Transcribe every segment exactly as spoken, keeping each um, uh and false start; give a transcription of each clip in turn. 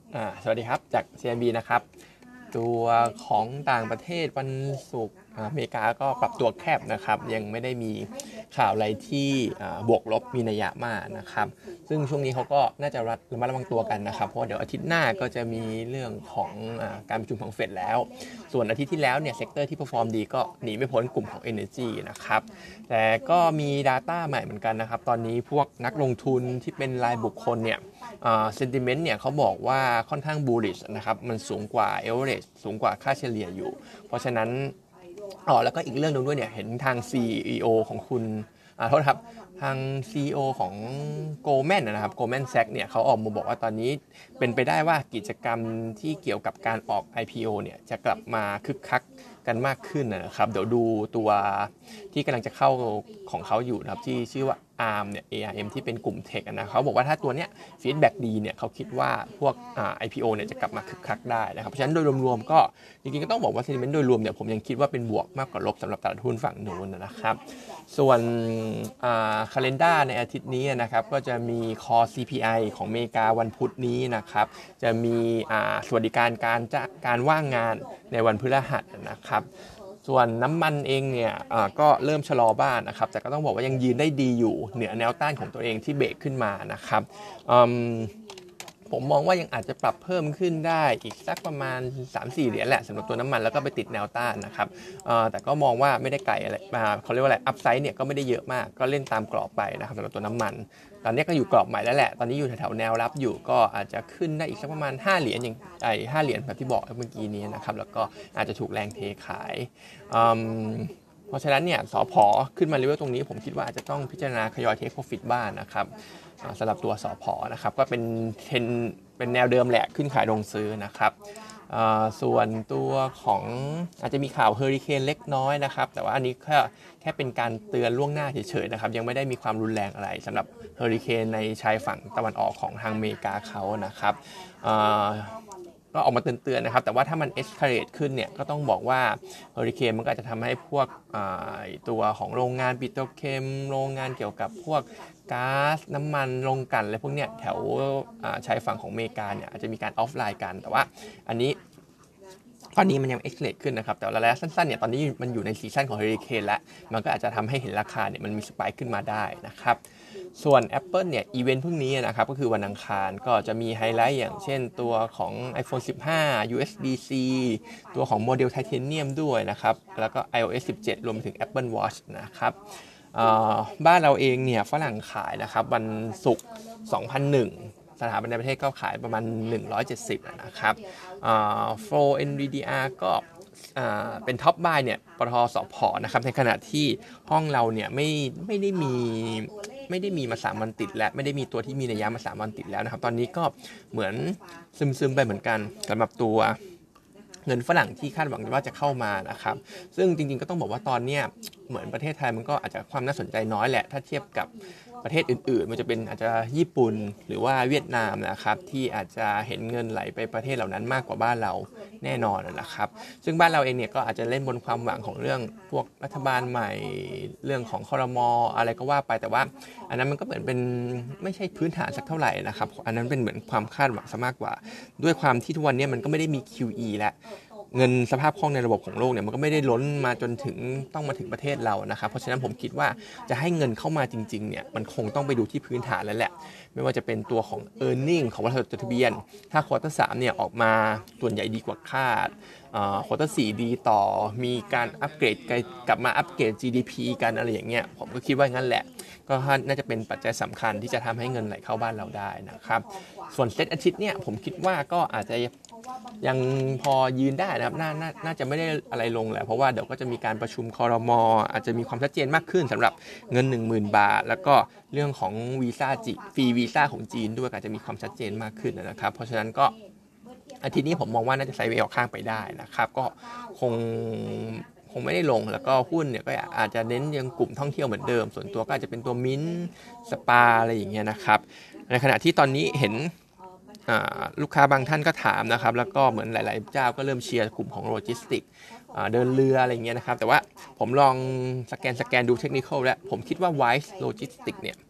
อ่าสวัสดีครับจาก ซี เอ็น บี นะครับตัวของต่างประเทศวันศุกร์อ่าอเมริกาก็ปรับตัวแคบนะครับยังไม่ได้มีข่าวอะไรที่อ่าบวกลบมีนัยยะมากนะครับซึ่งช่วงนี้เขาก็น่าจะระมัดระวังตัวกันนะครับเพราะเดี๋ยวอาทิตย์หน้าก็จะมีเรื่องของอ่าการประชุมของเฟดแล้วส่วนอาทิตย์ที่แล้วเนี่ยเซกเตอร์ที่เพอร์ฟอร์มดีก็หนีไม่พ้นกลุ่มของ Energy นะครับแต่ก็มี Data ใหม่เหมือนกันนะครับตอนนี้พวกนักลงทุนที่เป็นรายบุคคลเนี่ยเซนติเมนต์เนี่ยเขาบอกว่าค่อนข้าง bullish นะครับมันสูงกว่า average สูงกว่าค่าเฉลี่ยอยู่เพราะฉะนั้นอ๋อแล้วก็อีกเรื่องนึงด้วยเนี่ยเห็นทาง ซี อี โอ ของคุณอ่าโทษครับทาง ซี อี โอ ของ Goldman นะครับ Goldman Sachs เนี่ยเขาออกมาบอกว่าตอนนี้เป็นไปได้ว่ากิจกรรมที่เกี่ยวกับการออก ไอ พี โอ เนี่ยจะกลับมาคึกคักกันมากขึ้นนะครับเดี๋ยวดูตัวที่กำลังจะเข้าของเขาอยู่นะครับที่ชื่อว่า อาร์ เอ็ม เนี่ย เอ อาร์ เอ็ม ที่เป็นกลุ่มเทคนะเขาบอกว่าถ้าตัวเนี้ยฟีดแบ็กดีเนี่ยเขาคิดว่าพวกอ่า ไอ พี โอ เนี่ยจะกลับมาคึกคักได้นะครับเพราะฉะนั้นโดยรวมๆก็จริงๆก็ต้องบอกว่า sentiment โดยรวมเนี่ยผมยังคิดว่าเป็นบวกมากกว่าลบสำหรับตลาดหุ้นฝั่งนู้นนะครับส่วนอ่า calendar ในอาทิตย์นี้นะครับก็จะมี Core ซี พี ไอ ของอเมริกาวันพุธนี้นะครับจะมีอ่าสวัสดิการการจ้างการว่างงานในวันพฤหัสนะครับส่วนน้ำมันเองเนี่ยก็เริ่มชะลอบ้างนะครับแต่ก็ต้องบอกว่ายังยืนได้ดีอยู่เหนือแนวต้านของตัวเองที่เบรกขึ้นมานะครับผมมองว่ายังอาจจะปรับเพิ่มขึ้นได้อีกสักประมาณ สามถึงสี่ เหรียญแหละสำหรับตัวน้ำมันแล้วก็ไปติดแนวต้านนะครับแต่ก็มองว่าไม่ได้ไกลอะไรเขาเรียกว่าอะไรอัพไซด์เนี่ยก็ไม่ได้เยอะมากก็เล่นตามกรอบไปนะครับสำหรับตัวน้ำมันตอนนี้ก็อยู่กรอบใหม่แล้วแหละตอนนี้อยู่แถวๆแนวรับอยู่ก็อาจจะขึ้นได้อีกสักประมาณห้าเหรียญอย่างไอ้ห้าเหรียญแบบที่บอกเมื่อกี้นี้นะครับแล้วก็อาจจะถูกแรงเทขายเพราะฉะนั้นเนี่ยสผขึ้นมาเลเวลตรงนี้ผมคิดว่าอาจจะต้องพิจารณาทยอยเทคโปรฟิตบ้างนะครับสำหรับตัวสผนะครับก็เป็นเทนเป็นแนวเดิมแหละขึ้นขายลงซื้อนะครับส่วนตัวของอาจจะมีข่าวเฮอริเคนเล็กน้อยนะครับแต่ว่าอันนี้แค่แค่เป็นการเตือนล่วงหน้าเฉยๆนะครับยังไม่ได้มีความรุนแรงอะไรสำหรับเฮอริเคนในชายฝั่งตะวันออกของทางอเมริกาเขานะครับก็ออกมาเตือนๆนะครับแต่ว่าถ้ามันเอ็กซ์คาเรตขึ้นเนี่ยก็ต้องบอกว่าเฮอริเคนมันก็อาจจะทำให้พวกตัวของโรงงานปิโตรเคมโรงงานเกี่ยวกับพวกก๊าซน้ำมันลงกันอะไรพวกเนี้ยแถวชายฝั่งของอเมริกาเนี่ยอาจจะมีการออฟไลน์กันแต่ว่าอันนี้ตอนนี้มันยังเอ็กซ์เลตขึ้นนะครับแต่ระยะสั้นๆเนี่ยตอนนี้มันอยู่ในซีซั่นของเฮอริเคนแล้วมันก็อาจจะทำให้เห็นราคาเนี่ยมันมีสไปค์ขึ้นมาได้นะครับส่วน Apple เนี่ยอีเวนต์พรุ่งนี้นะครับก็คือวันอังคารก็จะมีไฮไลท์อย่างเช่นตัวของ iPhone สิบห้า ยู เอส บี ซี ตัวของโมเดลไทเทเนียมด้วยนะครับแล้วก็ iOS สิบเจ็ดรวมไปถึง Apple Watch นะครับบ้านเราเองเนี่ยฝรั่งขายนะครับวันศุกร์สองพันหนึ่งสถาบันในประเทศก็ขายประมาณหนึ่งร้อยเจ็ดสิบนะครับโฟร์ เอ็น วี ดี อาร์ ก็เป็นท็อปบายเนี่ยปตท.สผ.นะครับในขณะที่ห้องเราเนี่ยไม่ไม่ได้มีไม่ได้มีมาสามวันติดและไม่ได้มีตัวที่มีนัยยะมาสามวันติดแล้วนะครับตอนนี้ก็เหมือนซึมๆไปเหมือนกันสำหรับตัวเงินฝรั่งที่คาดหวังว่าจะเข้ามานะครับซึ่งจริงๆก็ต้องบอกว่าตอนนี้เหมือนประเทศไทยมันก็อาจจะความน่าสนใจน้อยแหละถ้าเทียบกับประเทศอื่นๆมันจะเป็นอาจจะญี่ปุ่นหรือว่าเวียดนามนะครับที่อาจจะเห็นเงินไหลไปประเทศเหล่านั้นมากกว่าบ้านเราแน่นอนนะครับซึ่งบ้านเราเองเนี่ยก็อาจจะเล่นบนความหวังของเรื่องพวกรัฐบาลใหม่เรื่องของครม.อะไรก็ว่าไปแต่ว่าอันนั้นมันก็เหมือนเป็นไม่ใช่พื้นฐานสักเท่าไหร่นะครับอันนั้นเป็นเหมือนความคาดหวังซะมากกว่าด้วยความที่ทุกวันนี้มันก็ไม่ได้มี คิว อี แล้วเงินสภาพคล่องในระบบของโลกเนี่ยมันก็ไม่ได้ล้นมาจนถึงต้องมาถึงประเทศเรานะครับเพราะฉะนั้นผมคิดว่าจะให้เงินเข้ามาจริงๆเนี่ยมันคงต้องไปดูที่พื้นฐานแล้วแหละไม่ว่าจะเป็นตัวของ earning ของบริษัทจดทะเบียนถ้าควอเตอร์สามเนี่ยออกมาส่วนใหญ่ดีกว่าคาดควอเตอร์สี่ดีต่อมีการอัปเกรดกลับมาอัปเกรด จี ดี พี กันอะไรอย่างเงี้ยผมก็คิดว่างั้นแหละก็น่าจะเป็นปัจจัยสำคัญที่จะทำให้เงินไหลเข้าบ้านเราได้นะครับส่วนเซตอาทิตย์เนี่ยผมคิดว่าก็อาจจะยังพอยืนได้นะครับน่าน่าน่าจะไม่ได้อะไรลงแหละเพราะว่าเดี๋ยวก็จะมีการประชุมครม.อาจจะมีความชัดเจนมากขึ้นสำหรับเงิน หนึ่งหมื่น บาทแล้วก็เรื่องของวีซ่าจีฟรีวีซ่าของจีนด้วยอาจจะมีความชัดเจนมากขึ้นนะครับเพราะฉะนั้นก็อาทิตย์นี้ผมมองว่าน่าจะไซด์เวย์ออกข้างไปได้นะครับก็คงคงไม่ได้ลงแล้วก็หุ้นเนี่ยก็อาจจะเน้นยังกลุ่มท่องเที่ยวเหมือนเดิมส่วนตัวก็อาจจะเป็นตัวมิ้นสปาอะไรอย่างเงี้ยนะครับในขณะที่ตอนนี้เห็นลูกค้าบางท่านก็ถามนะครับแล้วก็เหมือนหลายๆเจ้าก็เริ่มเชียร์กลุ่มของโลจิสติกเดินเรืออะไรเงี้ยนะครับแต่ว่าผมลองสแกนสแกนดูเทคนิคอลแล้วผมคิดว่า Wise Logistics เนี่ย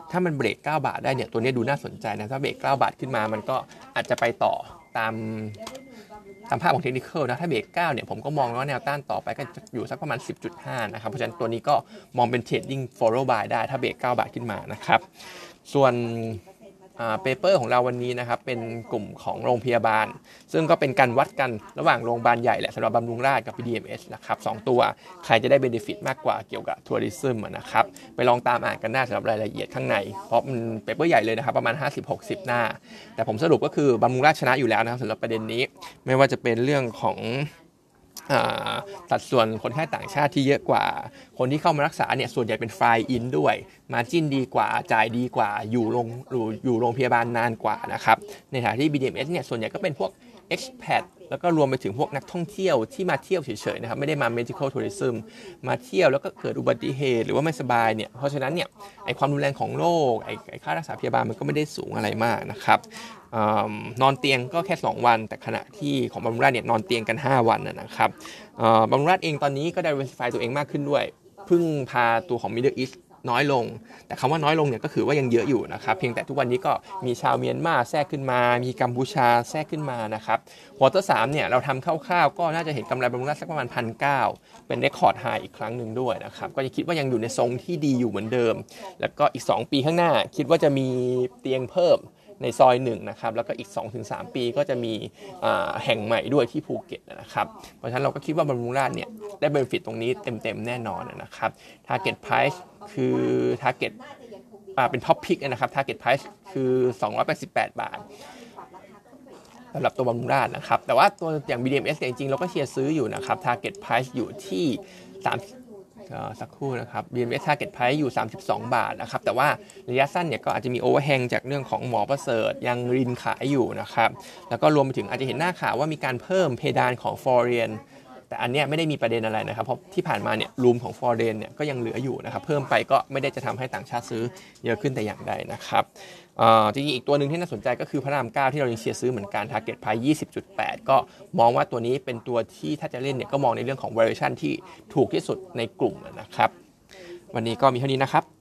ถ้ามันเบรกเก้าบาทได้เนี่ยตัวนี้ดูน่าสนใจนะถ้าเบรกเก้าบาทขึ้นมามันก็อาจจะไปต่อตามตามภาพของเทคนิคนะถ้าเบรกเก้าเนี่ยผมก็มองว่าแนวต้านต่อไปก็อยู่สักประมาณ สิบจุดห้า นะครับเพราะฉะนั้นตัวนี้ก็มองเป็นเทรดดิ้ง follow buy ได้ถ้าเบรกเก้าบาทขึ้นมานะครับส่วนเปเปอร์ของเราวันนี้นะครับเป็นกลุ่มของโรงพยาบาลซึ่งก็เป็นการวัดกันระหว่างโรงพยาบาลใหญ่แหละสำหรับบำรุงราษฎร์กับ บี ดี เอ็ม เอส นะครับสองตัวใครจะได้เบเนฟิตมากกว่าเกี่ยวกับทัวริซึมนะครับไปลองตามอ่านกันได้สำหรับรายละเอียดข้างในเพราะมันเปเปอร์ใหญ่เลยนะครับประมาณ ห้าสิบหกสิบ หน้าแต่ผมสรุปก็คือบำรุงราษฎร์ชนะอยู่แล้วนะครับสำหรับประเด็นนี้ไม่ว่าจะเป็นเรื่องของสัดส่วนคนไข้ต่างชาติที่เยอะกว่าคนที่เข้ามารักษาเนี่ยส่วนใหญ่เป็นฟลายอินด้วยมาร์จิ้นดีกว่าจ่ายดีกว่าอยู่โรงอยู่โรงพยาบาลนานกว่านะครับในขณะที่ บี ดี เอ็ม เอส เนี่ยส่วนใหญ่ก็เป็นพวก expat แล้วก็รวมไปถึงพวกนักท่องเที่ยวที่มาเที่ยวเฉยๆนะครับไม่ได้มา medical tourism มาเที่ยวแล้วก็เกิดอุบัติเหตุหรือว่าไม่สบายเนี่ยเพราะฉะนั้นเนี่ยไอความรุนแรงของโรคไอไอค่ารักษาพยาบาลมันก็ไม่ได้สูงอะไรมากนะครับนอนเตียงก็แค่สองวันแต่ขณะที่ของบำรุงราษฎร์เนี่ยนอนเตียงกันห้าวันนะครับบำรุงราษฎร์เองตอนนี้ก็ diversify ตัวเองมากขึ้นด้วยพึ่งพาตัวของ Middle East น้อยลงแต่คำว่าน้อยลงเนี่ยก็คือว่ายังเยอะอยู่นะครับเพียงแต่ทุกวันนี้ก็มีชาวเมียนมาแทรกขึ้นมามีกัมพูชาแทรกขึ้นมานะครับควอเตอร์สามเนี่ยเราทำคร่าวๆก็น่าจะเห็นกำไรบำรุงราษฎร์สักประมาณ หนึ่งพันเก้าร้อย เป็นเรคคอร์ดไฮอีกครั้งหนึ่งด้วยนะครับก็จะคิดว่ายังอยู่ในทรงที่ดีอยู่เหมือนเดิมแล้วก็อีกสองปีข้างหน้าคิดว่าจะมีเตียงเพิ่มในซอยหนึ่งนะครับแล้วก็อีก สองถึงสาม ปีก็จะมีแห่งใหม่ด้วยที่ภูเก็ตนะครับเพราะฉะนั้นเราก็คิดว่าบำรุงราษฎร์เนี่ยได้เบนฟิตตรงนี้เต็มๆแน่นอนนะครับ Target Price คือ Target เป็น Top Pick นะครับ Target Price คือสองร้อยแปดสิบแปดบาทสำหรับตัวบำรุงราษฎร์นะครับแต่ว่าตัวอย่าง บี ดี เอ็ม เอส จริงๆเราก็เชียร์ซื้ออยู่นะครับ Target Price อยู่ที่สามสักครู่นะครับ บี เอ็ม เอส Target Price อยู่สามสิบสองบาทนะครับแต่ว่าระยะสั้นเนี่ยก็อาจจะมีโอเวอร์แฮงจากเรื่องของหมอประเสริฐยังรินขายอยู่นะครับแล้วก็รวมไปถึงอาจจะเห็นหน้าข่าวว่ามีการเพิ่มเพดานของ Foreign แต่อันเนี้ยไม่ได้มีประเด็นอะไรนะครับเพราะที่ผ่านมาเนี่ยรูมของ Foreign เนี่ยก็ยังเหลืออยู่นะครับเพิ่มไปก็ไม่ได้จะทำให้ต่างชาติซื้อเยอะขึ้นแต่อย่างใดนะครับจริงๆอีกตัวหนึ่งที่น่าสนใจก็คือพระรามเก้าที่เรายังเชียร์ซื้อเหมือนกัน Target Price ยี่สิบจุดแปด ก็มองว่าตัวนี้เป็นตัวที่ถ้าจะเล่นเนี่ยก็มองในเรื่องของ valuation ที่ถูกที่สุดในกลุ่มนะครับวันนี้ก็มีเท่านี้นะครับ